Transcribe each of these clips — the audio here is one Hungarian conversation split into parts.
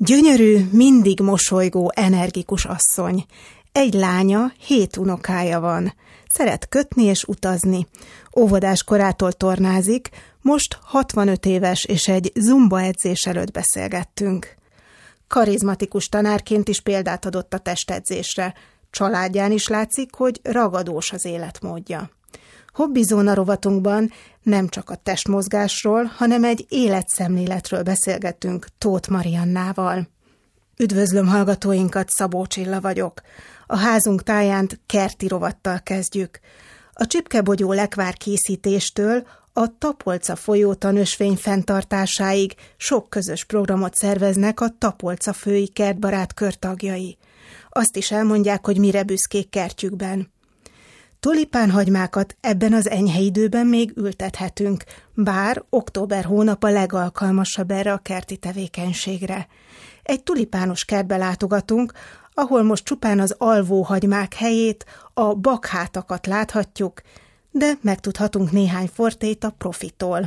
Gyönyörű, mindig mosolygó, energikus asszony. Egy lánya, 7 unokája van. Szeret kötni és utazni. Óvodás korától tornázik, most 65 éves, és egy zumba edzés előtt beszélgettünk. Karizmatikus tanárként is példát adott a testedzésre. Családján is látszik, hogy ragadós az életmódja. Hobbizóna rovatunkban nem csak a testmozgásról, hanem egy életszemléletről beszélgetünk Tóth Mariannával. Üdvözlöm hallgatóinkat, Szabó Csilla vagyok. A házunk táján kerti rovattal kezdjük. A csipkebogyó lekvár készítéstől a Tapolca folyótanösvény fenntartásáig sok közös programot szerveznek a Tapolca fői kertbarát kör tagjai. Azt is elmondják, hogy mire büszkék kertjükben. Tulipánhagymákat ebben az enyhe időben még ültethetünk, bár október hónap a legalkalmasabb erre a kerti tevékenységre. Egy tulipános kertbe látogatunk, ahol most csupán az alvóhagymák helyét, a bakhátakat láthatjuk, de megtudhatunk néhány fortét a profitól.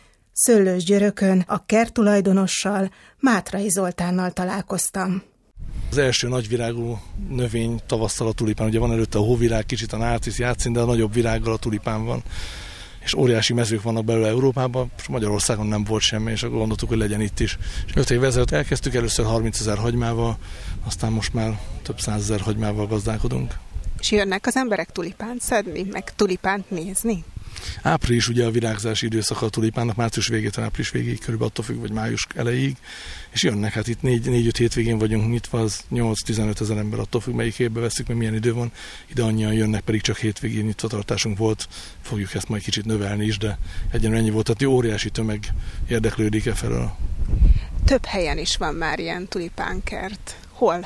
Szőlős Györökön a kerttulajdonossal, Mátrai Zoltánnal találkoztam. Az első nagyvirágú növény tavasszal a tulipán. Ugye van előtte a hóvirág, kicsit a nárcisz, játszin, de a nagyobb virággal a tulipán van. És óriási mezők vannak belőle Európában, és Magyarországon nem volt semmi, és akkor gondoltuk, hogy legyen itt is. És 5 évvel ezelőtt elkezdtük, először 30 000 hagymával, aztán most már több 100 000 hagymával gazdálkodunk. És jönnek az emberek tulipánt szedni, meg tulipánt nézni? Április ugye a virágzási időszaka a tulipánnak, március végétől április végéig, körülbelül attól függ, vagy május elejéig, és jönnek, hát itt 4-5 hétvégén vagyunk nyitva, az 8-15 000 ember, attól függ, melyik évben veszük, mert milyen idő van, ide annyian jönnek, pedig csak hétvégén nyitvatartásunk volt, fogjuk ezt majd kicsit növelni is, de egyenlően ennyi volt, tehát óriási tömeg érdeklődik felől. Több helyen is van már ilyen tulipánkert. Hol?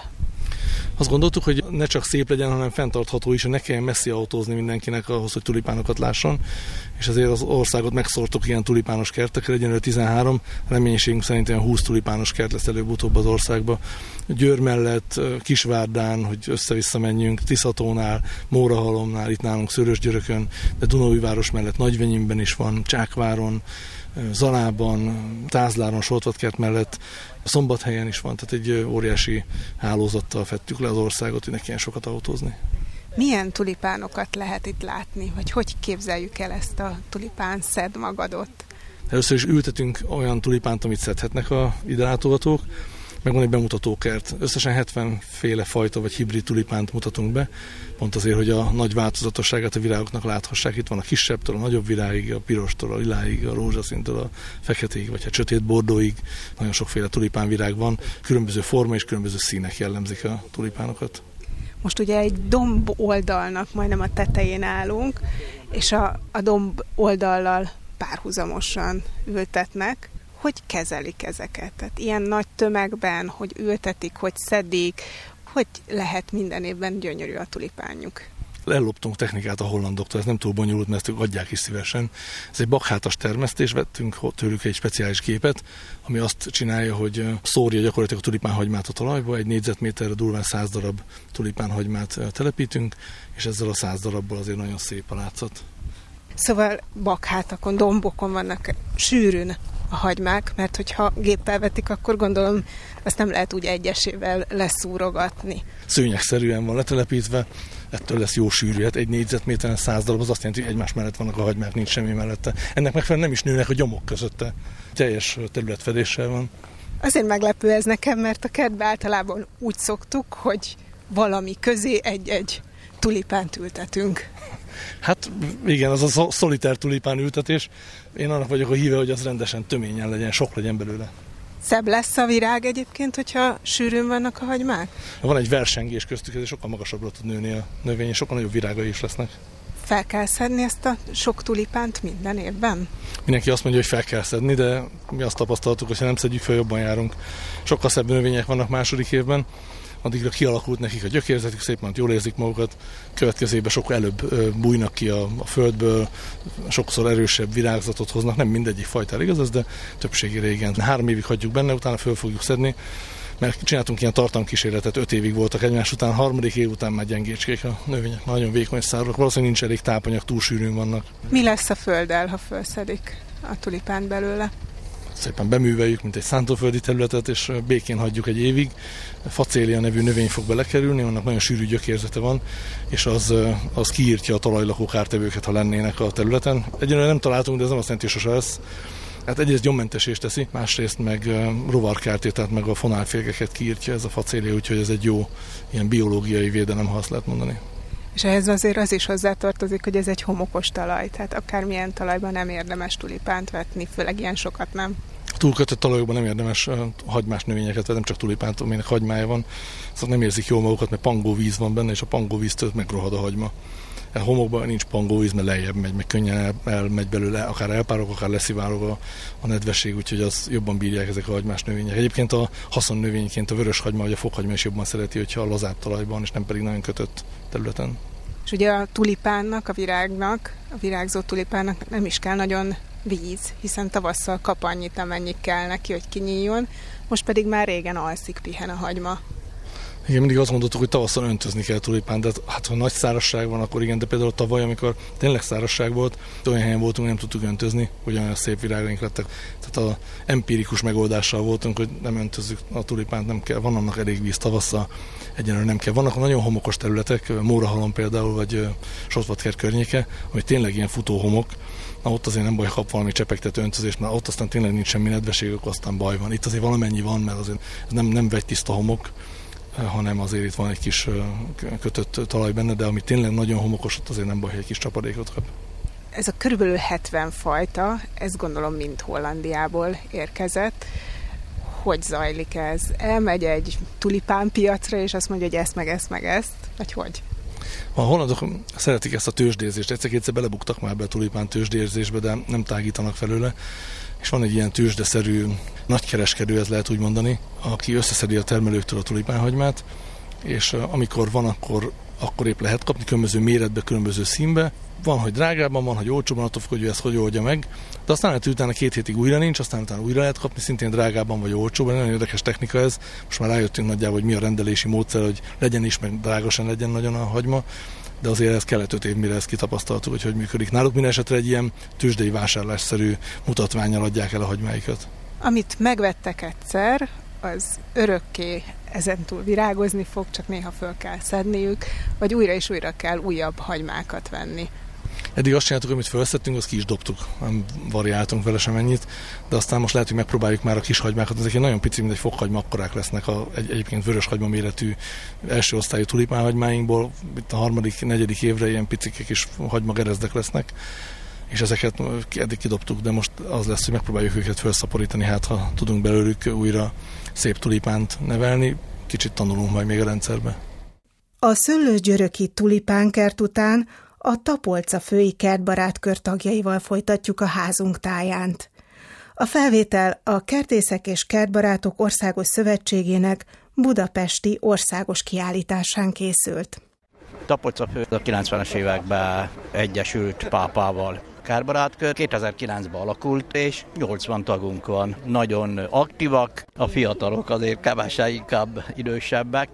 Azt gondoltuk, hogy ne csak szép legyen, hanem fenntartható is, hogy ne kelljen messzi autózni mindenkinek ahhoz, hogy tulipánokat lásson, és ezért az országot megszórtuk ilyen tulipános kertekre, egyenlő 13, reménységünk szerint olyan 20 tulipános kert lesz előbb-utóbb az országba. Győr mellett, Kisvárdán, hogy össze-vissza menjünk, Tiszatónál, Mórahalomnál, itt nálunk Szőlősgyörökön, de Dunaújváros mellett Nagyvenyimben is van, Csákváron, Zalában, Tázláron, Soltvatkert mellett, Szombathelyen is van, tehát egy óriási hálózattal fettük le az országot, hogy ne kelljen sokat autózni. Milyen tulipánokat lehet itt látni, vagy hogy képzeljük el ezt a tulipán szedmagadot? Először is ültetünk olyan tulipánt, amit szedhetnek a ide látogatók, meg van egy bemutatókert. Összesen 70 féle fajta vagy hibrid tulipánt mutatunk be, pont azért, hogy a nagy változatosságát a virágoknak láthassák. Itt van a kisebbtől a nagyobb virágig, a pirostól a liláig, a rózsaszíntől a feketéig, vagy a sötét bordóig. Nagyon sokféle tulipánvirág van, különböző forma és különböző színek jellemzik a tulipánokat. Most ugye egy domb oldalnak majdnem a tetején állunk, és a domb oldallal párhuzamosan ültetnek. Hogy kezelik ezeket? Tehát ilyen nagy tömegben, hogy ültetik, hogy szedik, hogy lehet minden évben gyönyörű a tulipánjuk? Elloptunk technikát a hollandoktól, ez nem túl bonyolult, mert ezt adják is szívesen. Ez egy bakhátas termesztés, vettünk tőlük egy speciális gépet, ami azt csinálja, hogy szórja gyakorlatilag a tulipánhagymát a talajba, egy négyzetméterre durván 100 darab tulipánhagymát telepítünk, és ezzel a 100 darabból azért nagyon szép a látszat. Szóval bakhátakon, dombokon vannak sűrűn a hagymák, mert hogyha géppel vetik, akkor gondolom azt nem lehet úgy egyesével leszúrogatni. Szőnyegszerűen van letelepítve, ettől lesz jó sűrű, hát egy négyzetméteren 100 darab, az azt jelenti, hogy egymás mellett vannak a hagymák, nincs semmi mellette. Ennek megfelelően nem is nőnek a gyomok közötte. Teljes területfedéssel van. Azért meglepő ez nekem, mert a kertben általában úgy szoktuk, hogy valami közé egy tulipánt ültetünk. Hát igen, az a szolitár tulipán ültetés. Én annak vagyok a híve, hogy az rendesen töményen legyen, sok legyen belőle. Szebb lesz a virág egyébként, hogyha sűrűn vannak a hagymák? Van egy versengés köztük, ez sokkal magasabbra tud nőni a növény, és sokkal nagyobb virágai is lesznek. Fel kell szedni ezt a sok tulipánt minden évben? Mindenki azt mondja, hogy fel kell szedni, de mi azt tapasztaltuk, hogy ha nem szedjük fel, jobban járunk. Sokkal szebb növények vannak második évben. Addigra kialakult nekik a gyökérzetük, szépen jól érzik magukat, következő évben sokkal előbb bújnak ki a földből, sokszor erősebb virágzatot hoznak, nem mindegyik fajtára igaz ez, de többségére igen. 3 évig hagyjuk benne, utána föl fogjuk szedni, mert csináltunk ilyen tartalomkísérletet, 5 évig voltak egymás után, 3. év után már gyengécskék a növények, nagyon vékony szárúak, valószínűleg nincs elég tápanyag, túl sűrűn vannak. Mi lesz a földdel, ha fölszedik a tulipánt belőle? szépen beműveljük, mint egy szántóföldi területet, és békén hagyjuk egy évig. Facélia nevű növény fog belekerülni, annak nagyon sűrű gyökérzete van, és az kiírtja a talajlakó kártevőket, ha lennének a területen. Egyelőre nem találtunk, de ez nem azt jelenti, hogy sose lesz. Hát egyrészt gyommentesést teszi, másrészt meg rovarkártét, tehát meg a fonálfélgeket kiírtja ez a facélia, úgyhogy ez egy jó ilyen biológiai védelem, ha azt lehet mondani. És ehhez azért az is hozzátartozik, hogy ez egy homokos talaj, tehát akármilyen talajban nem érdemes tulipánt vetni, főleg ilyen sokat nem. A túlkötött talajokban nem érdemes hagymás növényeket vetni, nem csak tulipánt, aminek hagymája van, szóval nem érzik jól magukat, mert pangóvíz van benne, és a pangóvíztől megrohad a hagyma. A homokban nincs pangóvíz, mert lejjebb megy, meg könnyen elmegy belőle, akár elpárog, akár leszivárog a nedvesség, úgyhogy az jobban bírják ezek a hagymás növények. Egyébként a haszonnövényként a vöröshagyma vagy a fokhagyma is jobban szereti, hogyha a lazább talajban, és nem pedig nagyon kötött területen. És ugye a tulipánnak, a virágzó tulipánnak nem is kell nagyon víz, hiszen tavasszal kap annyit, amennyi kell neki, hogy kinyíljon, most pedig már régen alszik, pihen a hagyma. Igen, mindig azt mondtuk, hogy tavasszal öntözni kell tulipánt, de hát ha nagy szárazság van, akkor igen, de például tavaly, amikor tényleg szárazság volt, olyan helyen voltunk, nem tudtuk öntözni, hogy olyan szép virágaink lettek. Tehát az empirikus megoldással voltunk, hogy nem öntözzük a tulipánt, nem kell, van annak elég víz tavasszal, egyenlően nem kell. Vannak nagyon homokos területek, Mórahalom például, vagy Sotvatkert környéke, ami tényleg ilyen futóhomok. Na, ott azért nem baj, kap valami csepegtető öntözést, mert ott aztán tényleg nincs semmi nedvesség, akkor aztán baj van. Itt azért valamennyi van, mert azért ez nem vegytiszta homok, hanem azért itt van egy kis kötött talaj benne, de ami tényleg nagyon homokos, ott azért nem baj, hogy egy kis csapadékot kap. Ez a körülbelül 70 fajta, ezt gondolom mind Hollandiából érkezett. Hogy zajlik ez? Elmegy egy tulipánpiacra, és azt mondja, hogy ezt, meg ezt, vagy hogy? A hollandok szeretik ezt a tőzsdérzést. Egyszer-kétszer belebuktak már be a tulipán tőzsdérzésbe, de nem tágítanak felőle. És van egy ilyen tőzsdeszerű nagykereskedő, ez lehet úgy mondani, aki összeszedi a termelőktől a tulipánhagymát, és amikor van, akkor épp lehet kapni különböző méretbe, különböző színbe. Van, hogy drágában, van, hogy olcsóban, attól függ, hogy ő ezt hogy oldja meg. De aztán lehet, hogy utána 2 hétig újra nincs, aztán utána újra lehet kapni, szintén drágában vagy olcsóban. Nagyon érdekes technika ez. Most már rájöttünk nagyjából, hogy mi a rendelési módszer, hogy legyen is, meg drágosan legyen nagyon a hagyma. De azért ez kellett 5 év, mire ezt kitapasztaltuk, hogy működik. Náluk minden esetre egy ilyen tőzsdei vásárlásszerű mutatvánnyal adják el a hagymáikat. Amit megvettek egyszer, az örökké ezentúl virágozni fog, csak néha föl kell szedniük, vagy újra és újra kell újabb hagymákat venni. Eddig azt csináltuk, amit felszettünk, azt ki is dobtuk. Nem variáltunk vele sem ennyit, de aztán most lehet, hogy megpróbáljuk már a kis hagymákat. Ezek nagyon pici, mint egy fokhagyma, akkorák lesznek egyébként vörös hagyma méretű első osztályú tulipánhagymáinkból. Itt a 3.-4. évre ilyen picik kis hagymagerezdek lesznek, és ezeket eddig kidobtuk, de most az lesz, hogy megpróbáljuk őket felszaporítani, hát ha tudunk belőlük újra szép tulipánt nevelni, kicsit tanulunk majd még a rendszerbe. A szőlősgyöröki tulipánkert után a Tapolca fői kertbarátkör tagjaival folytatjuk a házunk tájánt. A felvétel a Kertészek és Kertbarátok Országos Szövetségének budapesti országos kiállításán készült. Tapolca fő a 90-es években egyesült pápával. Kertbarátkör 2009-ben alakult, és 80 tagunk van. Nagyon aktívak, a fiatalok azért kevesen, inkább idősebbek,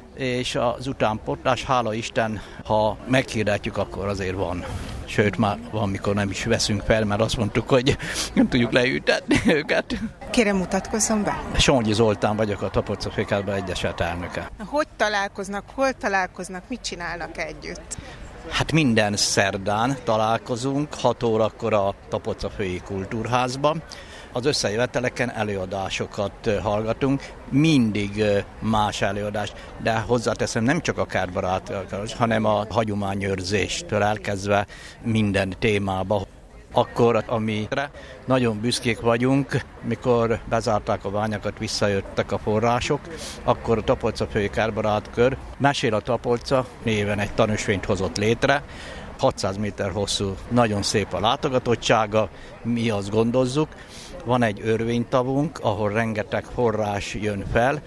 és az utánpótlás, hála Isten, ha meghirdetjük, akkor azért van. Sőt, már van, mikor nem is veszünk fel, mert azt mondtuk, hogy nem tudjuk leültetni őket. Kérem, mutatkozzon be. Sonyi Zoltán vagyok, a Tapolca Főkertben Egyesület elnöke. Hogy találkoznak, hol találkoznak, mit csinálnak együtt? Hát minden szerdán találkozunk, 6 órakor a Tapolca Fői Kultúrházban. Az összejöveteleken előadásokat hallgatunk, mindig más előadás, de hozzáteszem, nem csak a kertbarátok, hanem a hagyományőrzéstől elkezdve minden témába. Akkor, amire nagyon büszkék vagyunk, mikor bezárták a bányákat, visszajöttek a források, akkor a Tapolca Fői Kertbarátkör Mesél a Tapolca néven egy tanúsvényt hozott létre, 600 méter hosszú, nagyon szép a látogatottsága, mi azt gondozzuk. Van egy örvénytavunk, ahol rengeteg forrás jön fel,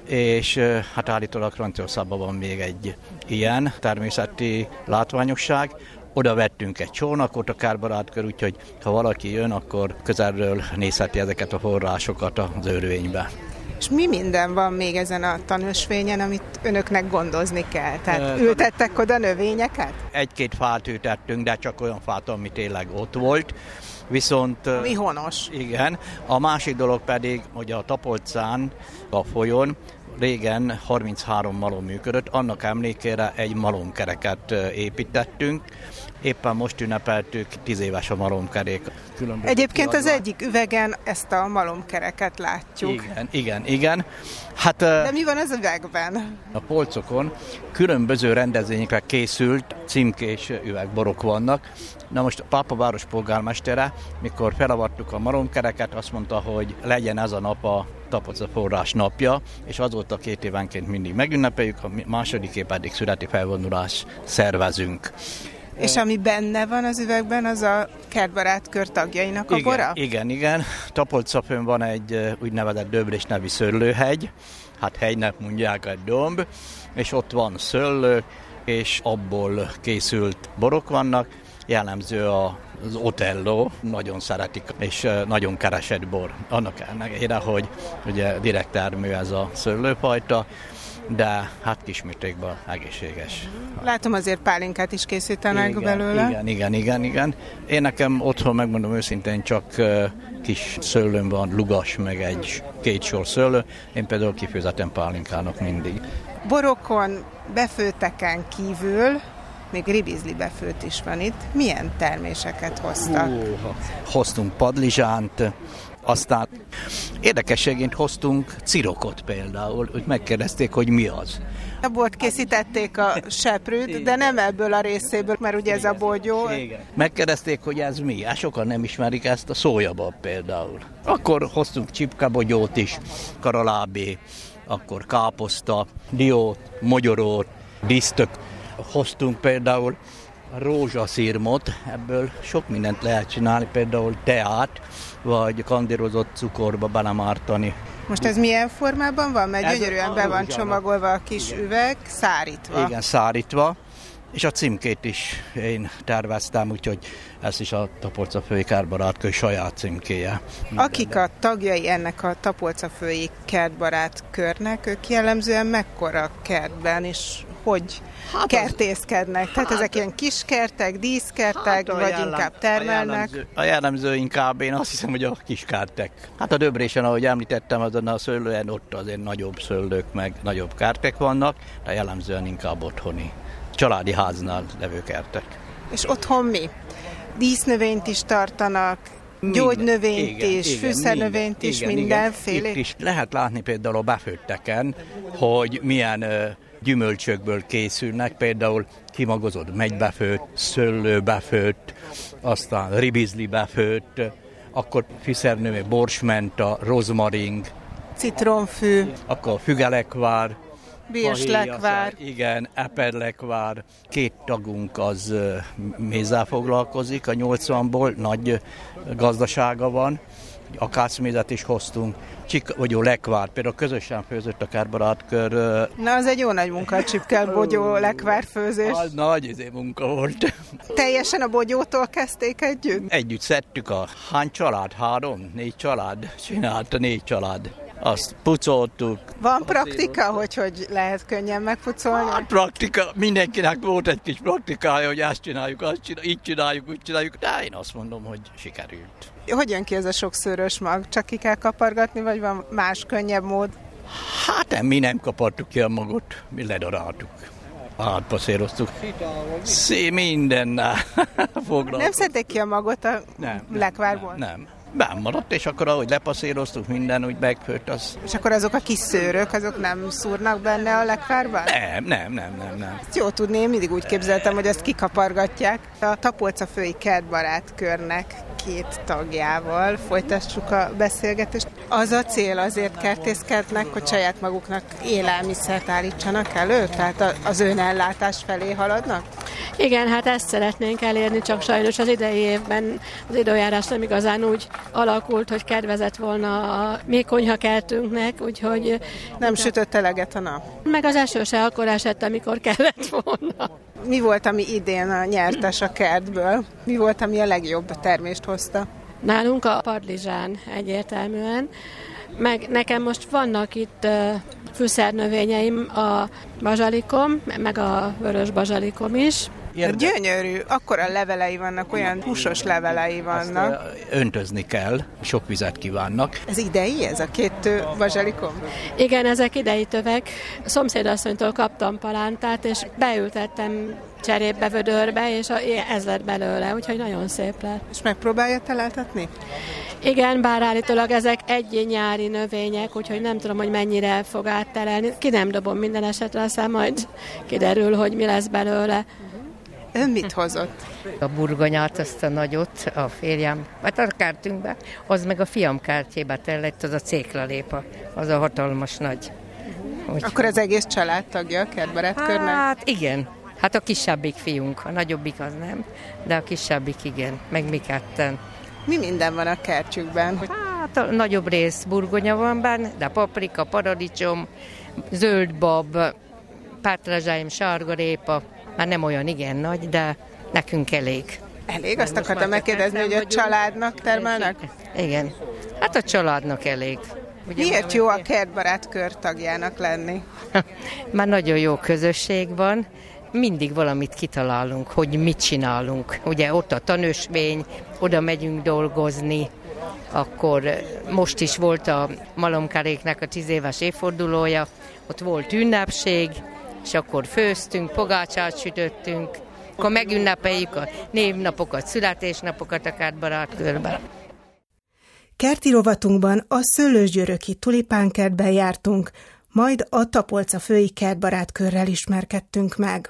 és hát állítólag Franciaországban van még egy ilyen természeti látványosság. Oda vettünk egy csónakot a Kertbarátkör, úgyhogy ha valaki jön, akkor közelről nézheti ezeket a forrásokat az örvénybe. És mi minden van még ezen a tanúsvényen, amit önöknek gondozni kell? Tehát ültettek oda növényeket? 1-2 fát ültettünk, de csak olyan fát, ami tényleg ott volt. Viszont... Mi honos. Igen. A másik dolog pedig, hogy a Tapolcán, a folyón régen 33 malom működött, annak emlékére egy malomkereket építettünk. Éppen most ünnepeltük 10 éves a malomkerék. Egyébként az egyik üvegen ezt a malomkereket látjuk. Igen. Hát, de mi van az üvegben? A polcokon különböző rendezvényekre készült címkés üvegborok vannak. Na most a Pápa város polgármestere, mikor felavattuk a malomkereket, azt mondta, hogy legyen ez a nap a Tapolca forrás napja, és azóta 2 évenként mindig megünnepeljük, a másodiké pedig születi felvonulás szervezünk. És ami benne van az üvegben, az a kertbarát kör tagjainak a bora? Igen. Tapolcafön van egy úgynevezett Döbrés nevű szőlőhegy, hát hegynek mondják egy domb, és ott van szőlő, és abból készült borok vannak, jellemző az Otello, nagyon szeretik, és nagyon keresett bor. Annak ellenére, hogy ugye direkt termő ez a szőlőfajta, de hát kismértékben egészséges. Látom, azért pálinkát is készítenek belőle. Igen. Én nekem otthon, megmondom őszintén, csak kis szőlőm van, lugas, meg 2 sor szőlő. Én például kifejezetten pálinkának mindig. Borokon, befőtteken kívül még ribizli befőtt is van itt. Milyen terméseket hoztak? Hoztunk padlizsánt, aztán érdekességként hoztunk cirokot például, hogy megkérdezték, hogy mi az. A bort készítették a seprűt, de nem ebből a részéből, mert ugye ez a bogyó. Megkérdezték, hogy ez mi. Hát sokan nem ismerik ezt, a szójabab például. Akkor hoztunk csipkabogyót is, karalábé, akkor káposzta, diót, mogyorót, disztök. Hoztunk például rózsaszirmot, ebből sok mindent lehet csinálni, például teát, vagy kandírozott cukorba belemártani. Most ez milyen formában van? Mert gyönyörűen be van csomagolva a kis üveg, szárítva. Igen, szárítva, és a címkét is én terveztem, úgyhogy ez is a Tapolcaföldi Kertbarátkör saját címkéje. Akik a tagjai ennek a Tapolcaföldi Kertbarátkörnek, ők jellemzően mekkora kertben, és hogy kertészkednek? Tehát ezek ilyen kiskertek, díszkertek, vagy inkább termelnek? A jellemző inkább, én azt hiszem, hogy a kiskertek. Hát a Döbrésen, ahogy említettem, azon a szőlően ott azért nagyobb szőlők, meg nagyobb kertek vannak, de jellemzően inkább otthoni, családi háznál levő kertek. És otthon mi? Dísznövényt is tartanak, gyógynövényt is, fűszernövényt is, mindenféle. Itt is lehet látni például a befőtteken, hogy milyen gyümölcsökből készülnek, például kimagozott megybefőtt, szőlőbefőtt, aztán ribizli befőtt, akkor fűszernövény, borsmenta, rozmaring, citronfű, akkor fügelekvár, bírslekvár. Igen, eperlekvár. 2 tagunk az mézzel foglalkozik, a 80-ból nagy gazdasága van. Akácmézet is hoztunk, csipkebogyó lekvár, például közösen főzött a Kertbarátkör. Na, az egy jó nagy munka, a csipkebogyó lekvár főzés. Az nagy munka volt. Teljesen a bogyótól kezdték együtt? Együtt szedtük hány család? 3-4 család? Csinálta 4 család. Azt pucoltuk. Van praktika, hogy lehet könnyen megpucolni? Hát praktika, mindenkinek volt egy kis praktikája, hogy ezt csináljuk, így csináljuk, úgy csináljuk, de én azt mondom, hogy sikerült. Hogy jön ki ez a sok szőrös mag? Csak ki kell kapargatni, vagy van más, könnyebb mód? Hát mi nem kapartuk ki a magot, mi ledaráltuk. Átpasszéroztuk. Mindennel foglalkozunk. Nem szedték ki a magot a lekvárból? Nem. Bemaradt, és akkor ahogy lepasszíroztuk minden, úgy megfőtt az. És akkor azok a kis szőrök, azok nem szúrnak benne a lekvárban? Nem. Ezt jó tudni, én mindig úgy képzeltem, hogy ezt kikapargatják. A Tapolcaföldi Kertbarátkörnek 2 tagjával folytassuk a beszélgetést. Az a cél, azért kertészkednek, hogy saját maguknak élelmiszert állítsanak elő? Tehát az önellátás felé haladnak? Igen, hát ezt szeretnénk elérni, csak sajnos az idei évben az időjárás nem igazán úgy alakult, hogy kedvezett volna a mi konyhakertünknek, úgyhogy... Nem sütött eleget a nap? Meg az eső se akkor esett, amikor kellett volna. Mi volt, ami idén a nyertes a kertből? Mi volt, ami a legjobb termést hozta? Nálunk a padlizsán egyértelműen, meg nekem most vannak itt fűszernövényeim, a bazsalikom, meg a vörös bazsalikom is. Gyönyörű, akkora levelei vannak, olyan húsos levelei vannak. Ezt öntözni kell, sok vizet kívánnak. Ez idei, ez a 2 bazsalikom? Igen, ezek idei tövek. A szomszédasszonytól kaptam palántát, és beültettem cserépbe, vödörbe, és ez lett belőle, úgyhogy nagyon szép lett. És megpróbálja teleltetni? Igen, bár állítólag ezek egy nyári növények, úgyhogy nem tudom, hogy mennyire fog áttelelni. Ki nem dobom minden esetre, aztán majd kiderül, hogy mi lesz belőle. Ön mit hozott? A burgonyát, azt a nagyot, a férjem, hát a kártyunkba, az meg a fiam kártyébe tellett, az a céklalépa, az a hatalmas nagy. Akkor az egész családtagja a kertbarátkörnek? Hát igen. Hát a kisebbik fiunk, a nagyobbik az nem, de a kisebbik igen, meg mi ketten. Mi minden van a kertjükben? Hát a nagyobb rész burgonya van benne, de paprika, paradicsom, zöld bab, pátlázsáim, sárgarépa, már nem olyan igen nagy, de nekünk elég. Elég? Azt akartam megkérdezni, hogy a családnak termelnek? Igen, hát a családnak elég. Ugye miért jó a kertbarátkör tagjának lenni? Már nagyon jó közösség van, mindig valamit kitalálunk, hogy mit csinálunk. Ugye ott a tanösvény, oda megyünk dolgozni, akkor most is volt a malomkeréknek a 10 éves évfordulója, ott volt ünnepség, és akkor főztünk, pogácsát sütöttünk, akkor megünnepeljük a névnapokat, születésnapokat a kertbarátkörben. Kerti rovatunkban a Szőlősgyöröki tulipánkertben jártunk, majd a Tapolca-fői kertbarátkörrel ismerkedtünk meg.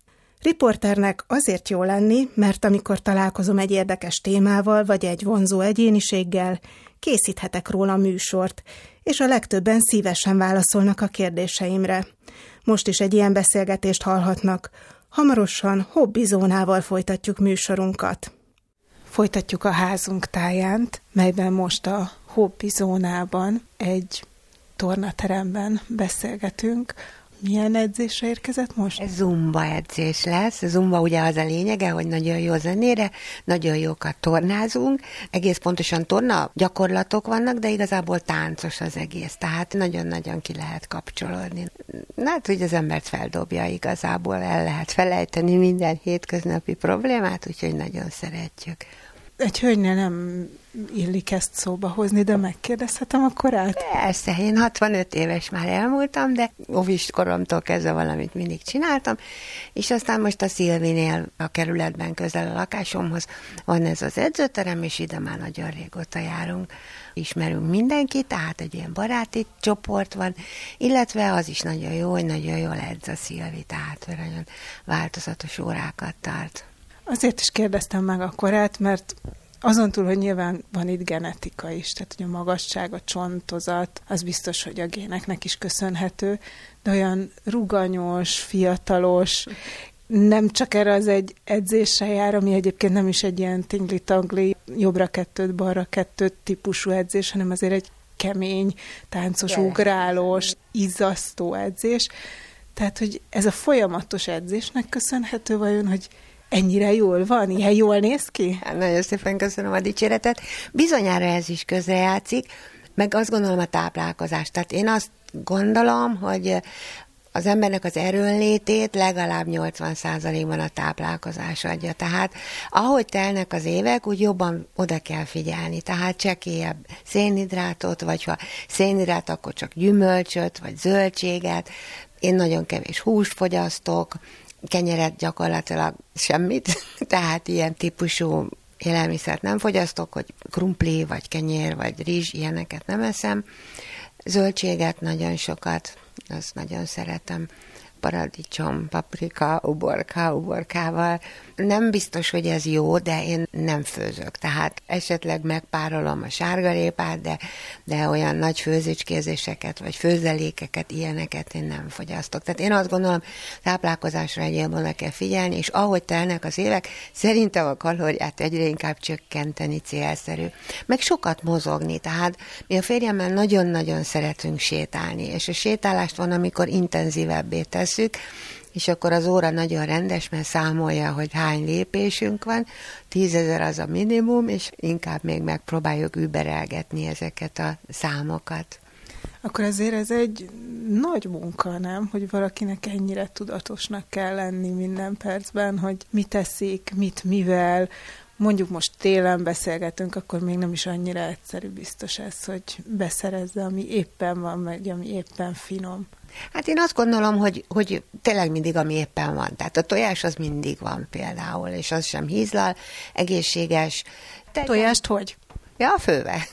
Riporternek azért jó lenni, mert amikor találkozom egy érdekes témával vagy egy vonzó egyéniséggel, készíthetek róla műsort, és a legtöbben szívesen válaszolnak a kérdéseimre. Most is egy ilyen beszélgetést hallhatnak. Hamarosan hobbizónával folytatjuk műsorunkat. Folytatjuk a házunk tájánt, melyben most a hobbizónában egy tornateremben beszélgetünk. Milyen edzésre érkezett most? Ez zumba edzés lesz. A zumba ugye az a lényege, hogy nagyon jó zenére, nagyon jókat tornázunk. Egész pontosan torna gyakorlatok vannak, de igazából táncos az egész. Tehát nagyon-nagyon ki lehet kapcsolódni. Hát ugye az embert feldobja igazából, el lehet felejteni minden hétköznapi problémát, úgyhogy nagyon szeretjük. Egy hölgynél nem illik ezt szóba hozni, de megkérdezhetem a korát? Persze, én 65 éves már elmúltam, de óvis koromtól kezdve valamit mindig csináltam, és aztán most a Szilvinél a kerületben közel a lakásomhoz van ez az edzőterem, és ide már nagyon régóta járunk. Ismerünk mindenkit, tehát egy ilyen baráti csoport van, illetve az is nagyon jó, hogy nagyon jól edz a Szilvi, tehát nagyon változatos órákat tart. Azért is kérdeztem meg a korát, mert azon túl, hogy nyilván van itt genetika is, tehát hogy a magasság, a csontozat, az biztos, hogy a géneknek is köszönhető, de olyan ruganyos, fiatalos, nem csak erre az egy edzésre jár, ami egyébként nem is egy ilyen tingli-tangli, jobbra 2, balra 2 típusú edzés, hanem azért egy kemény, táncos, ugrálós, izzasztó edzés. Tehát, hogy ez a folyamatos edzésnek köszönhető vajon, hogy ennyire jól van? Ilyen jól néz ki? Hát, nagyon szépen köszönöm a dicséretet. Bizonyára ez is közrejátszik, meg azt gondolom a táplálkozás. Tehát én azt gondolom, hogy az embernek az erőnlétét legalább 80%-ban a táplálkozás adja. Tehát ahogy telnek az évek, úgy jobban oda kell figyelni. Tehát csekélyebb szénhidrátot, vagy ha szénhidrát, akkor csak gyümölcsöt, vagy zöldséget. Én nagyon kevés húst fogyasztok, kenyeret gyakorlatilag semmit, tehát ilyen típusú élelmiszert nem fogyasztok, hogy krumpli, vagy kenyér, vagy rizs, ilyeneket nem eszem. Zöldséget nagyon sokat, azt nagyon szeretem. Paradicsom, paprika, uborkával. Nem biztos, hogy ez jó, de én nem főzök. Tehát esetleg megpárolom a sárgarépát, de olyan nagy főzőcskézéseket, vagy főzelékeket, ilyeneket én nem fogyasztok. Tehát én azt gondolom, táplálkozásra egyébként oda kell figyelni, és ahogy telnek az évek, szerintem a kalóriát egyre inkább csökkenteni célszerű. Meg sokat mozogni, tehát mi a férjemmel nagyon-nagyon szeretünk sétálni, és a sétálást van, amikor intenzívebbé tesszük, és akkor az óra nagyon rendes, mert számolja, hogy hány lépésünk van, 10 000 az a minimum, és inkább még megpróbáljuk überelgetni ezeket a számokat. Akkor azért ez egy nagy munka, nem? Hogy valakinek ennyire tudatosnak kell lenni minden percben, hogy mit teszik, mit mivel. Mondjuk most télen beszélgetünk, akkor még nem is annyira egyszerű biztos ez, hogy beszerezze, ami éppen van, meg ami éppen finom. Hát én azt gondolom, hogy tényleg mindig, ami éppen van. Tehát a tojás az mindig van például, és az sem hízlal, egészséges. Tojást hogy? Ja, a fővel.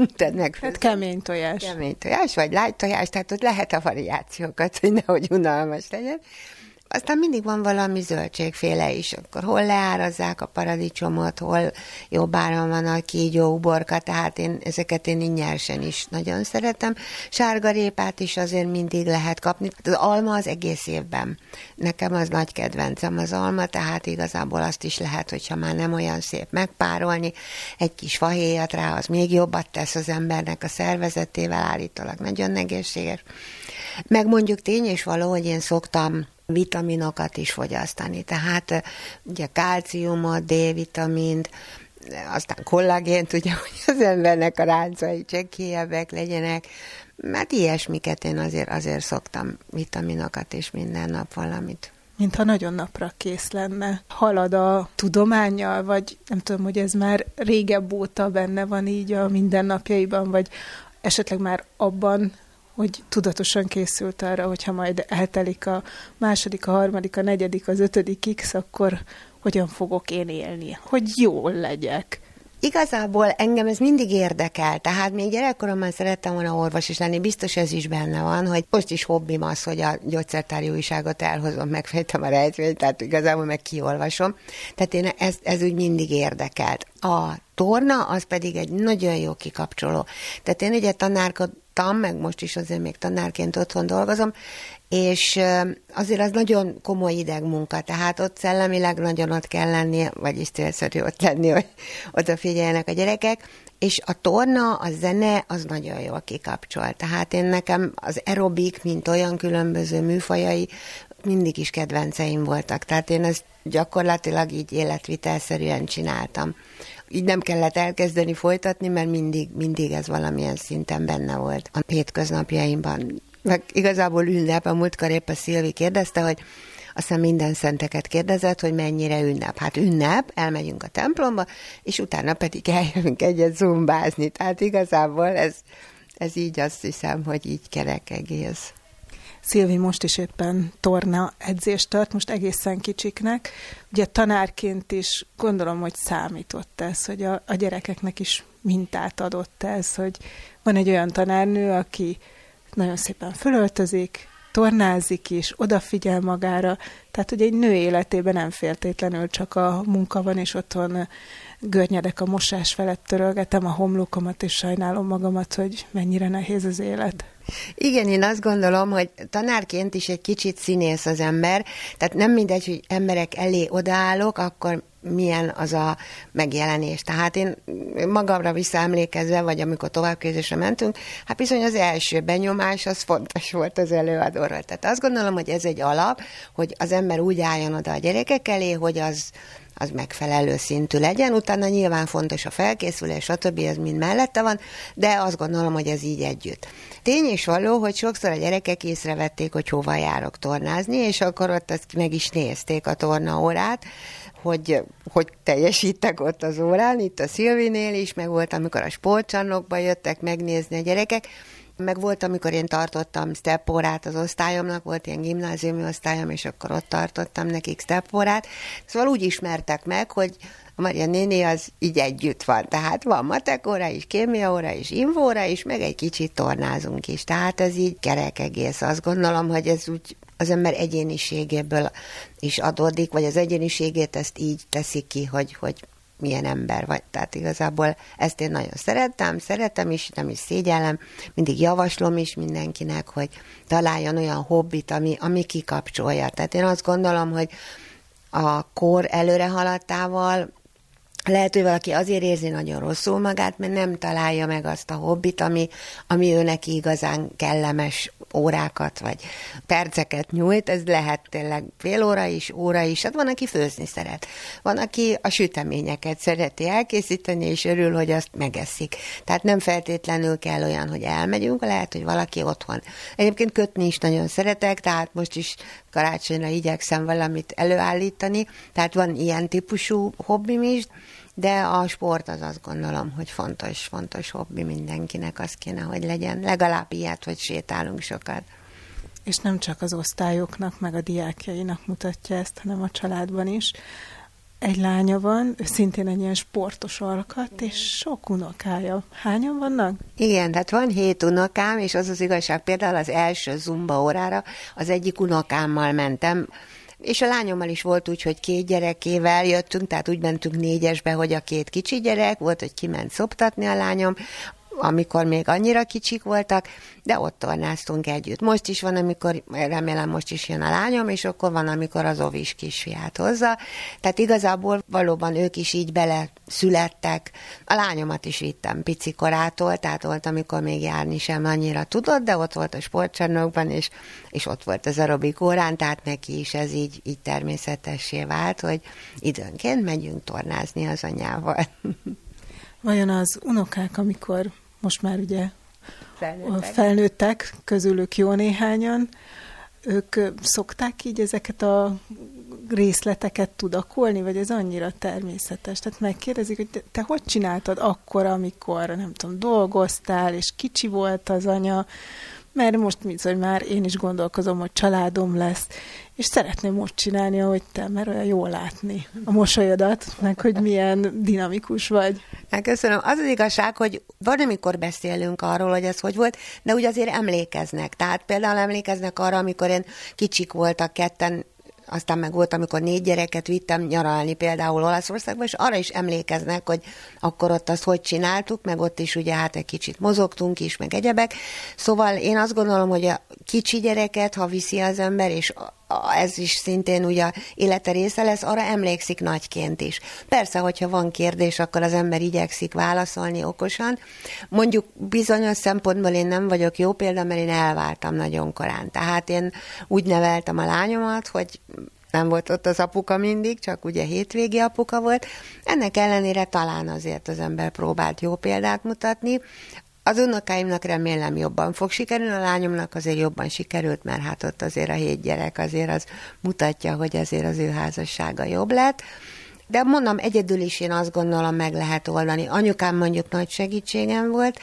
Hát kemény tojás. Kemény tojás, vagy lágy tojás, tehát ott lehet a variációkat, hogy nehogy unalmas legyen. Aztán mindig van valami zöldségféle is, akkor hol leárazzák a paradicsomot, hol jobb áron van a kígyó, uborka, tehát ezeket én így nyersen is nagyon szeretem. Sárgarépát is azért mindig lehet kapni. Az alma az egész évben. Nekem az nagy kedvencem az alma, tehát igazából azt is lehet, hogyha már nem olyan szép megpárolni, egy kis fahéjat rá, az még jobbat tesz az embernek a szervezetével, állítólag nagyon egészséges. Meg mondjuk tény és való, hogy én szoktam vitaminokat is fogyasztani. Tehát ugye kálciumot, D-vitamint, aztán kollagént, ugye, hogy az embernek a ráncai csekkélyebbek legyenek. Hát ilyesmiket én azért szoktam, vitaminokat és minden nap valamit. Mintha nagyon napra kész lenne. Halad a tudománnyal, vagy nem tudom, hogy ez már régebb óta benne van így a mindennapjaiban, vagy esetleg már abban, hogy tudatosan készült arra, hogyha majd eltelik a második, a harmadik, a negyedik, az 5. X, akkor hogyan fogok én élni, hogy jól legyek. Igazából engem ez mindig érdekel, tehát még gyerekkoromban szerettem volna orvos is lenni, biztos ez is benne van, hogy most is hobbim az, hogy a gyógyszertári újságot elhozom, megfejtem a rejtvényt, tehát igazából meg kiolvasom. Tehát én ez úgy mindig érdekelt. A torna az pedig egy nagyon jó kikapcsoló. Tehát én ugye tanárkodtam, meg most is azért még tanárként otthon dolgozom, és azért az nagyon komoly idegmunka, tehát ott szellemileg nagyon ott kell lenni, vagyis célszerű ott lenni, hogy odafigyeljenek a gyerekek, és a torna, a zene, az nagyon jól kikapcsol. Tehát nekem az aerobik, mint olyan különböző műfajai, mindig is kedvenceim voltak. Tehát én ezt gyakorlatilag így életvitelszerűen csináltam. Így nem kellett elkezdeni folytatni, mert mindig ez valamilyen szinten benne volt a hétköznapjaimban. Meg igazából ünnep, a múltkor épp a Szilvi kérdezte, hogy aztán minden szenteket kérdezett, hogy mennyire ünnep. Hát ünnep, elmegyünk a templomba, és utána pedig eljövünk egyet zumbázni. Tehát igazából ez így azt hiszem, hogy így kerek egész. Szilvi most is éppen torna edzést tart, most egészen kicsiknek. Ugye tanárként is gondolom, hogy számított ez, hogy a gyerekeknek is mintát adott ez, hogy van egy olyan tanárnő, aki nagyon szépen fölöltözik, tornázik is, odafigyel magára, tehát hogy egy nő életében nem feltétlenül csak a munka van, és otthon görnyedek a mosás felett, törölgetem a homlokomat, és sajnálom magamat, hogy mennyire nehéz az élet. Igen, én azt gondolom, hogy tanárként is egy kicsit színész az ember, tehát nem mindegy, hogy emberek elé odaállok, akkor milyen az a megjelenés. Tehát én magamra visszaemlékezve, vagy amikor továbbképzésre mentünk, hát bizony az első benyomás az fontos volt az előadóról. Tehát azt gondolom, hogy ez egy alap, hogy az ember úgy álljon oda a gyerekek elé, hogy az megfelelő szintű legyen, utána nyilván fontos a felkészülés, stb. Ez mind mellette van, de azt gondolom, hogy ez így együtt. Tény és való, hogy sokszor a gyerekek észrevették, hogy hova járok tornázni, és akkor ott azt meg is nézték a tornaórát, hogy teljesítek ott az órán, itt a Szilvinél is, meg volt, amikor a sportcsarnokba jöttek megnézni a gyerekek, meg volt, amikor én tartottam step órát az osztályomnak, volt ilyen gimnáziumi osztályom, és akkor ott tartottam nekik step órát. Szóval úgy ismertek meg, hogy a Maria néni az így együtt van. Tehát van matek óra is, kémia óra is, infóra is, meg egy kicsit tornázunk is. Tehát ez így kerek egész. Azt gondolom, hogy ez úgy az ember egyéniségéből is adódik, vagy az egyéniségét ezt így teszi ki, hogy milyen ember vagy. Tehát igazából ezt én nagyon szeretem is, nem is szégyellem, mindig javaslom is mindenkinek, hogy találjon olyan hobbit, ami kikapcsolja. Tehát én azt gondolom, hogy a kor előre haladtával Lehet, hogy valaki azért érzi nagyon rosszul magát, mert nem találja meg azt a hobbit, ami ő neki igazán kellemes órákat, vagy perceket nyújt. Ez lehet tényleg fél óra is. Hát van, aki főzni szeret. Van, aki a süteményeket szereti elkészíteni, és örül, hogy azt megeszik. Tehát nem feltétlenül kell olyan, hogy elmegyünk, lehet, hogy valaki otthon. Egyébként kötni is nagyon szeretek, tehát most is karácsonyra igyekszem valamit előállítani, tehát van ilyen típusú hobbim is, de a sport az azt gondolom, hogy fontos hobbi mindenkinek, az kéne, hogy legyen. Legalább ilyet, hogy sétálunk sokat. És nem csak az osztályoknak, meg a diákjainak mutatja ezt, hanem a családban is. Egy lánya van, ő szintén egy ilyen sportos alkat, és sok unokája. Hányan vannak? Igen, tehát van 7 unokám, és az az igazság, például az első zumba órára az egyik unokámmal mentem, és a lányommal is volt úgy, hogy 2 gyerekével jöttünk, tehát úgy mentünk 4-esbe, hogy a 2 kicsi gyerek volt, hogy kiment szoptatni a lányom, amikor még annyira kicsik voltak, de ott tornáztunk együtt. Most is van, amikor, remélem most is jön a lányom, és akkor van, amikor az ovis kisfiát hozza. Tehát igazából valóban ők is így bele születtek. A lányomat is vittem pici korától, tehát volt, amikor még járni sem annyira tudott, de ott volt a sportcsarnokban, és ott volt az aerobik órán, tehát neki is ez így természetessé vált, hogy időnként megyünk tornázni az anyával. Vajon az unokák, amikor most már ugye felnőttek, közülük jó néhányan, ők szokták így ezeket a részleteket tudakolni, vagy ez annyira természetes? Tehát megkérdezik, hogy te hogy csináltad akkor, amikor, nem tudom, dolgoztál, és kicsi volt az anya, mert most hogy már én is gondolkozom, hogy családom lesz, és szeretném most csinálni, ahogy te, mert olyan jól látni a mosolyodat, meg hogy milyen dinamikus vagy. Köszönöm. Az az igazság, hogy van, amikor beszélünk arról, hogy ez hogy volt, de úgy azért emlékeznek. Tehát például emlékeznek arra, amikor én kicsik voltak ketten, aztán meg volt, amikor 4 gyereket vittem nyaralni például Olaszországba, és arra is emlékeznek, hogy akkor ott azt hogy csináltuk, meg ott is ugye hát egy kicsit mozogtunk is, meg egyebek. Szóval én azt gondolom, hogy a kicsi gyereket, ha viszi az ember, és ez is szintén ugye élete része lesz, arra emlékszik nagyként is. Persze, hogyha van kérdés, akkor az ember igyekszik válaszolni okosan. Mondjuk bizonyos szempontból én nem vagyok jó példa, mert én elváltam nagyon korán. Tehát én úgy neveltem a lányomat, hogy nem volt ott az apuka mindig, csak ugye hétvégi apuka volt. Ennek ellenére talán azért az ember próbált jó példát mutatni. Az unokáimnak remélem jobban fog sikerülni, a lányomnak azért jobban sikerült, mert hát ott azért a 7 gyerek azért az mutatja, hogy azért az ő házassága jobb lett. De mondom, egyedül is én azt gondolom, meg lehet oldani. Anyukám mondjuk nagy segítségem volt,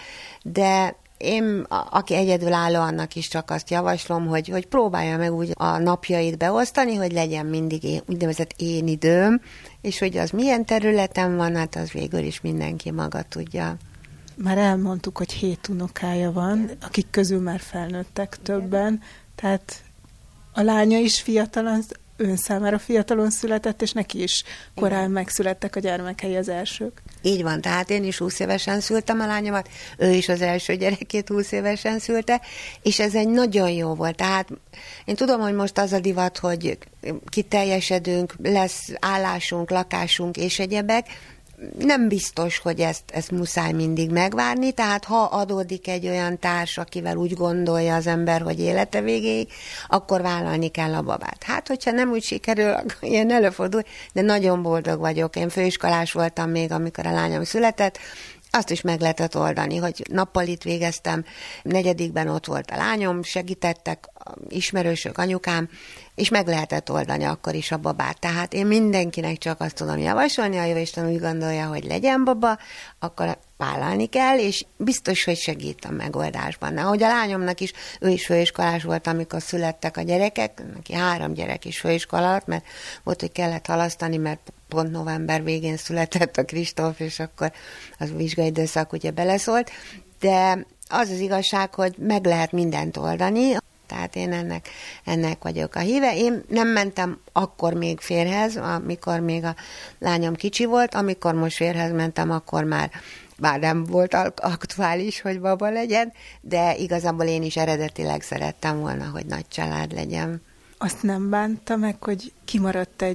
de én, aki egyedülálló, annak is csak azt javaslom, hogy próbálja meg úgy a napjait beosztani, hogy legyen mindig úgynevezett én időm, és hogy az milyen területen van, hát az végül is mindenki maga tudja. Már elmondtuk, hogy 7 unokája van, akik közül már felnőttek többen, tehát a lánya is fiatalon, ön számára fiatalon született, és neki is korán megszülettek a gyermekei az elsők. Így van, tehát én is 20 évesen szültem a lányomat, ő is az első gyerekét 20 évesen szülte, és ez egy nagyon jó volt. Tehát én tudom, hogy most az a divat, hogy kiteljesedünk, lesz állásunk, lakásunk és egyebek, nem biztos, hogy ezt muszáj mindig megvárni, tehát ha adódik egy olyan társ, akivel úgy gondolja az ember, hogy élete végéig, akkor vállalni kell a babát. Hát, hogyha nem úgy sikerül, akkor ilyen előfordul, de nagyon boldog vagyok. Én főiskolás voltam még, amikor a lányom született, azt is meg lehetett oldani, hogy nappalit végeztem, 4. ott volt a lányom, segítettek ismerősök, anyukám, és meg lehetett oldani akkor is a babát. Tehát én mindenkinek csak azt tudom javasolni, ha jóisten úgy gondolja, hogy legyen baba, akkor vállalni kell, és biztos, hogy segít a megoldásban. Ahogy a lányomnak is, ő is főiskolás volt, amikor születtek a gyerekek, neki 3 gyerek is főiskola alatt, mert volt, hogy kellett halasztani, mert pont november végén született a Kristóf, és akkor az vizsgai időszak ugye beleszólt, de az az igazság, hogy meg lehet mindent oldani, tehát én ennek vagyok a híve. Én nem mentem akkor még férjhez, amikor még a lányom kicsi volt, amikor most férjhez mentem, akkor már nem volt aktuális, hogy baba legyen, de igazából én is eredetileg szerettem volna, hogy nagy család legyen. Azt nem bánta meg, hogy kimaradt egy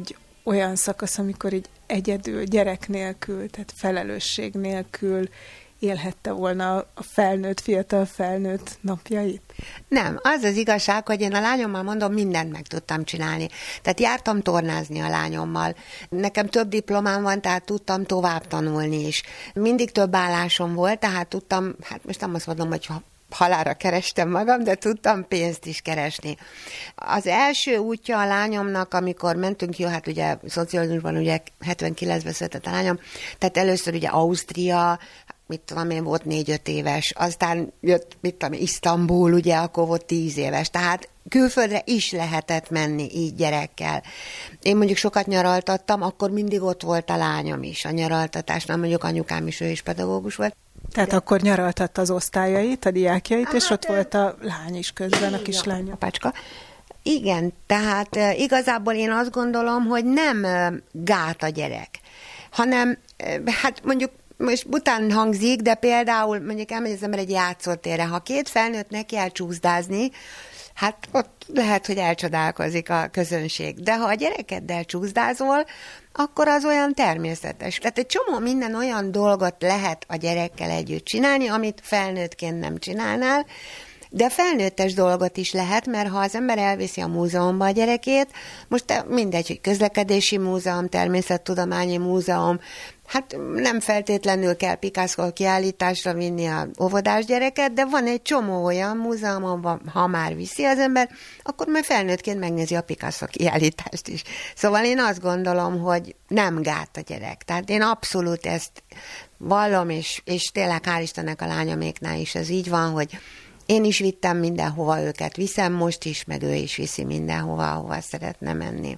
olyan szakasz, amikor így egyedül, gyerek nélkül, tehát felelősség nélkül élhette volna a fiatal felnőtt napjait? Nem, az az igazság, hogy én a lányommal mondom, mindent meg tudtam csinálni. Tehát jártam tornázni a lányommal. Nekem több diplomám van, tehát tudtam tovább tanulni is. Mindig több állásom volt, tehát tudtam, hát most nem azt mondom, hogy halálra kerestem magam, de tudtam pénzt is keresni. Az első útja a lányomnak, amikor mentünk, jó, hát ugye szocializmusban ugye 79-ben született a lányom, tehát először ugye Ausztria, mit tudom én, volt 4-5 éves, aztán jött, mit tudom, Isztambul, ugye, akkor volt 10 éves, tehát külföldre is lehetett menni így gyerekkel. Én mondjuk sokat nyaraltattam, akkor mindig ott volt a lányom is a nyaraltatásnál, mondjuk anyukám is, ő is pedagógus volt. Tehát akkor nyaraltatta az osztályait, a diákjait, és ott volt a lány is közben, a kislány. Apácska. Igen, tehát igazából én azt gondolom, hogy nem gát a gyerek, hanem hát mondjuk most bután hangzik, de például mondjuk elmegy az ember egy játszótérre, ha 2 felnőtt neki el csúszdázni, hát ott lehet, hogy elcsodálkozik a közönség. De ha a gyerekeddel csúszdázol, akkor az olyan természetes. Tehát egy csomó minden olyan dolgot lehet a gyerekkel együtt csinálni, amit felnőttként nem csinálnál, de felnőttes dolgot is lehet, mert ha az ember elviszi a múzeumba a gyerekét, most mindegy, hogy közlekedési múzeum, természettudományi múzeum, hát nem feltétlenül kell Picasso kiállításra vinni a óvodás gyereket, de van egy csomó olyan múzeum, ha már viszi az ember, akkor már felnőttként megnézi a Picasso kiállítást is. Szóval én azt gondolom, hogy nem gát a gyerek. Tehát én abszolút ezt vallom, és tényleg hál' Istennek a lányoméknál is ez így van, hogy én is vittem mindenhova őket, viszem most is, meg ő is viszi mindenhova, ahova szeretne menni.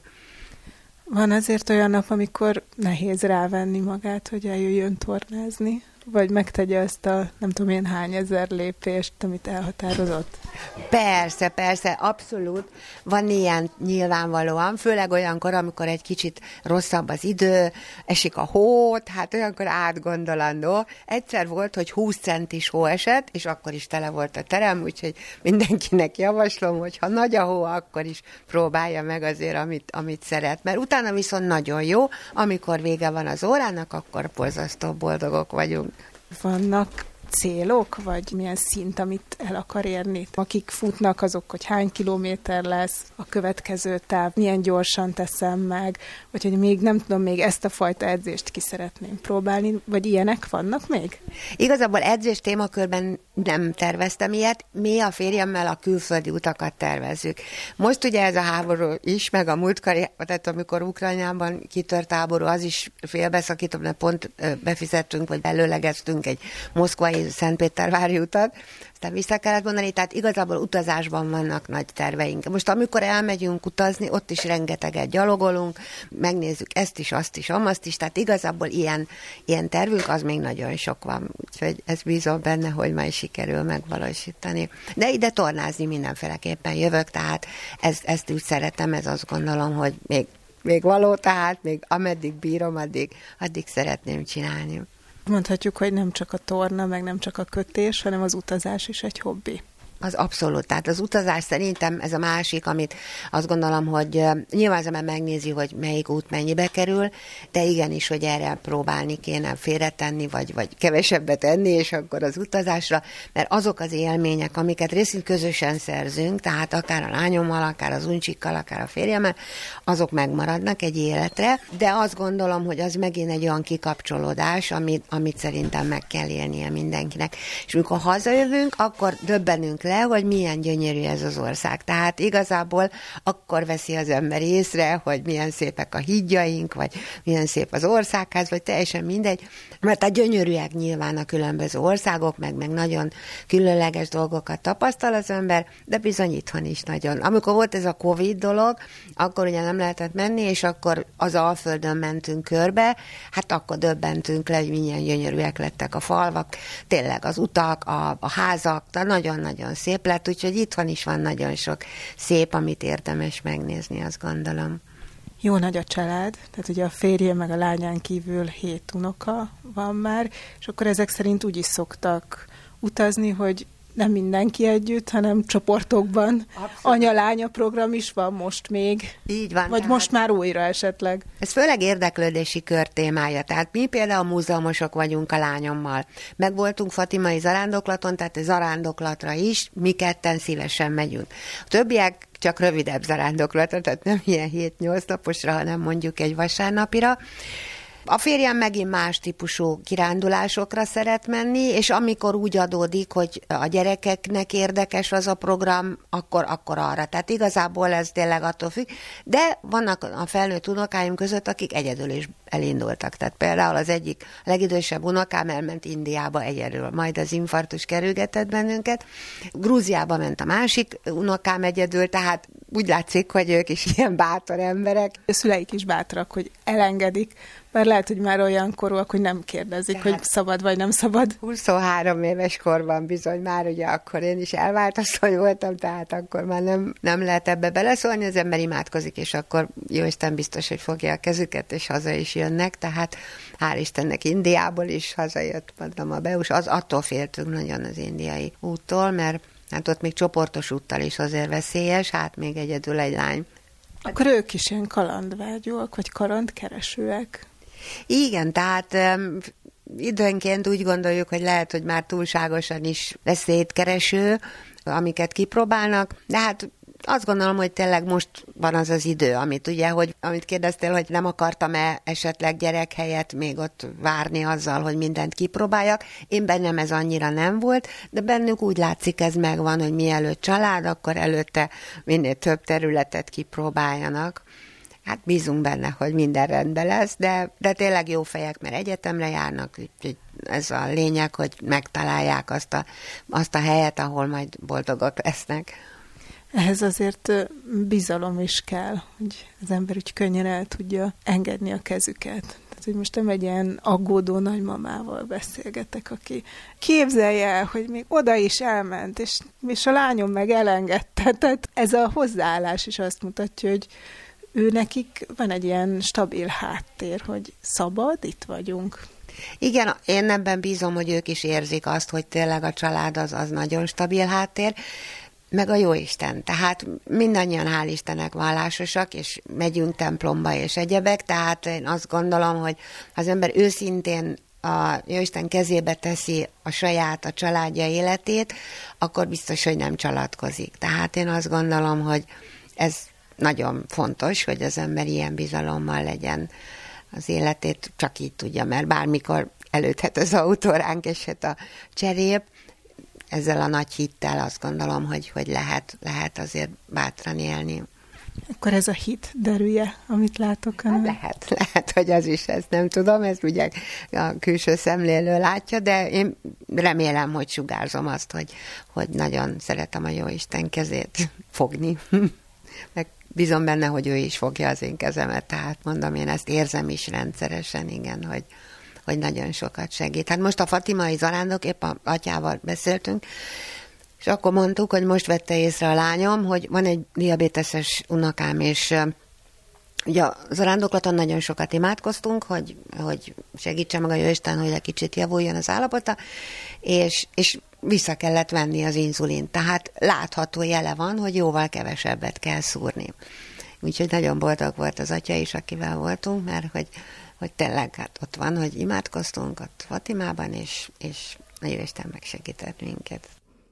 Van azért olyan nap, amikor nehéz rávenni magát, hogy eljöjjön tornázni? Vagy megtegye ezt a nem tudom én hány ezer lépést, amit elhatározott? Persze, abszolút. Van ilyen nyilvánvalóan, főleg olyankor, amikor egy kicsit rosszabb az idő, esik a hó, hát olyankor átgondolandó. Egyszer volt, hogy 20 centis hó esett, és akkor is tele volt a terem, úgyhogy mindenkinek javaslom, hogy ha nagy a hó, akkor is próbálja meg azért, amit szeret. Mert utána viszont nagyon jó, amikor vége van az órának, akkor borzasztó boldogok vagyunk. Vannak célok, vagy milyen szint, amit el akar érni? Akik futnak, azok, hogy hány kilométer lesz a következő táv, milyen gyorsan teszem meg, vagy hogy még nem tudom, még ezt a fajta edzést ki szeretném próbálni, vagy ilyenek vannak még? Igazából edzés témakörben nem terveztem ilyet, mi a férjemmel a külföldi utakat tervezzük. Most ugye ez a háború is, meg a múltkor, tehát amikor Ukrajnában kitört háború, az is félbeszakított, mert pont befizettünk, vagy előlegeztünk egy moszkvai Szentpétervári utat, aztán vissza kellett mondani, tehát igazából utazásban vannak nagy terveink. Most amikor elmegyünk utazni, ott is rengeteget gyalogolunk, megnézzük ezt is, azt is, amazt is, tehát igazából ilyen tervünk, az még nagyon sok van, úgyhogy ez bízom benne, hogy majd sikerül megvalósítani. De ide tornázni mindenféleképpen jövök, tehát ezt úgy szeretem, ez azt gondolom, hogy még való, tehát még ameddig bírom, addig szeretném csinálni. Mondhatjuk, hogy nem csak a torna, meg nem csak a kötés, hanem az utazás is egy hobbi. Az abszolút. Tehát az utazás szerintem ez a másik, amit azt gondolom, hogy nyilván az ember megnézi, hogy melyik út mennyibe kerül, de igenis, hogy erre próbálni kéne félretenni, vagy kevesebbet enni, és akkor az utazásra, mert azok az élmények, amiket részint közösen szerzünk, tehát akár a lányommal, akár az uncsikkal, akár a férjemmel, azok megmaradnak egy életre, de azt gondolom, hogy az megint egy olyan kikapcsolódás, amit szerintem meg kell élnie mindenkinek. És amikor hazajövünk, akkor döbbenünk le, hogy milyen gyönyörű ez az ország. Tehát igazából akkor veszi az ember észre, hogy milyen szépek a hídjaink, vagy milyen szép az országház, vagy teljesen mindegy, mert a gyönyörűek nyilván a különböző országok, meg nagyon különleges dolgokat tapasztal az ember, de bizony itthon is nagyon. Amikor volt ez a Covid dolog, akkor ugye nem lehetett menni, és akkor az Alföldön mentünk körbe, hát akkor döbbentünk le, hogy milyen gyönyörűek lettek a falvak, tényleg az utak, a házak, nagyon-nagyon szép lett, úgyhogy itthon is van nagyon sok szép, amit érdemes megnézni, azt gondolom. Jó nagy a család, tehát ugye a férje meg a lányán kívül 7 unoka van már, és akkor ezek szerint úgy is szoktak utazni, hogy nem mindenki együtt, hanem csoportokban. Anya-lánya program is van most még. Így van. Vagy most már újra esetleg. Ez főleg érdeklődési kör témája. Tehát mi például múzeumosok vagyunk a lányommal. Meg voltunk fatimai zarándoklaton, tehát a zarándoklatra is mi ketten szívesen megyünk. A többiek csak rövidebb zarándoklatra, tehát nem ilyen 7-8 naposra, hanem mondjuk egy vasárnapira. A férjem megint más típusú kirándulásokra szeret menni, és amikor úgy adódik, hogy a gyerekeknek érdekes az a program, akkor arra. Tehát igazából ez tényleg attól függ. De vannak a felnőtt unokáim között, akik egyedül is elindultak. Tehát például az egyik legidősebb unokám elment Indiába egyedül, majd az infarktus kerülgetett bennünket. Grúziába ment a másik unokám egyedül, tehát úgy látszik, hogy ők is ilyen bátor emberek. A szüleik is bátrak, hogy elengedik, mert lehet, hogy már olyan korúak, hogy nem kérdezik, hogy szabad vagy nem szabad. 23 éves korban bizony már, ugye akkor én is elváltasszony voltam, tehát akkor már nem lehet ebbe beleszólni, az ember imádkozik, és akkor jóisten biztos, hogy fogja a kezüket, és haza is jönnek, tehát hál' Istennek Indiából is hazajött, mondom a Beus, attól féltünk nagyon az indiai úttól, mert hát ott még csoportos úttal is azért veszélyes, hát még egyedül egy lány. Akkor ők is ilyen kalandvágyóak, vagy kalandkeresőek? Igen, tehát időnként úgy gondoljuk, hogy lehet, hogy már túlságosan is veszélytkereső, amiket kipróbálnak, de hát azt gondolom, hogy tényleg most van az az idő, amit kérdeztél, hogy nem akartam-e esetleg gyerek helyett még ott várni azzal, hogy mindent kipróbáljak. Én bennem ez annyira nem volt, de bennük úgy látszik, ez megvan, hogy mielőtt család, akkor előtte minél több területet kipróbáljanak. Hát bízunk benne, hogy minden rendben lesz, de tényleg jó fejek, mert egyetemre járnak, úgyhogy ez a lényeg, hogy megtalálják azt a helyet, ahol majd boldogok lesznek. Ehhez azért bizalom is kell, hogy az ember úgy könnyen el tudja engedni a kezüket. Tehát, hogy most nem egy ilyen aggódó nagymamával beszélgetek, aki képzelje el, hogy még oda is elment, és a lányom meg elengedte. Tehát ez a hozzáállás is azt mutatja, hogy ő nekik van egy ilyen stabil háttér, hogy szabad, itt vagyunk. Igen, én ebben bízom, hogy ők is érzik azt, hogy tényleg a család az nagyon stabil háttér, meg a jóisten. Tehát mindannyian hál' Istennek vallásosak, és megyünk templomba és egyebek, tehát én azt gondolom, hogy ha az ember őszintén a jóisten kezébe teszi a családja életét, akkor biztos, hogy nem csalatkozik. Tehát én azt gondolom, hogy ez nagyon fontos, hogy az ember ilyen bizalommal legyen az életét, csak így tudja, mert bármikor elüthet az autó ránk, és hát a cserép. Ezzel a nagy hittel azt gondolom, hogy lehet azért bátran élni. Akkor ez a hit derülje, amit látok. Lehet, hogy az is, ezt nem tudom, ez ugye a külső szemlélő látja, de én remélem, hogy sugárzom azt, hogy nagyon szeretem a Jóisten kezét fogni. Meg bízom benne, hogy ő is fogja az én kezemet, tehát mondom, én ezt érzem is rendszeresen, igen, hogy nagyon sokat segít. Hát most a fatimai zarándok, épp a atyával beszéltünk, és akkor mondtuk, hogy most vette észre a lányom, hogy van egy diabéteses unokám, és ugye a zarándoklaton nagyon sokat imádkoztunk, hogy segítse meg a Jóisten, hogy egy kicsit javuljon az állapota, és vissza kellett venni az inzulint. Tehát látható jele van, hogy jóval kevesebbet kell szúrni. Úgyhogy nagyon boldog volt az atya is, akivel voltunk, mert hogy tényleg hát ott van, hogy imádkoztunk ott Fatimában, és a Jóisten megsegített minket.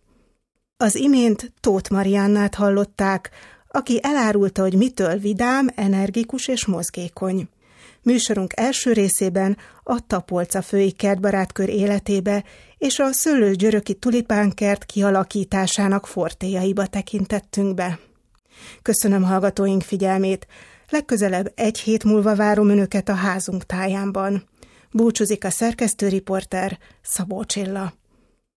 Az imént Tóth Mariannát hallották, aki elárulta, hogy mitől vidám, energikus és mozgékony. Műsorunk első részében a Tapolca-fői kertbarátkör életébe és a Szőlős-györöki tulipánkert kialakításának fortéjaiba tekintettünk be. Köszönöm hallgatóink figyelmét, legközelebb egy hét múlva várom önöket a házunk tájánban. Búcsúzik a szerkesztőriporter, Szabó Csilla.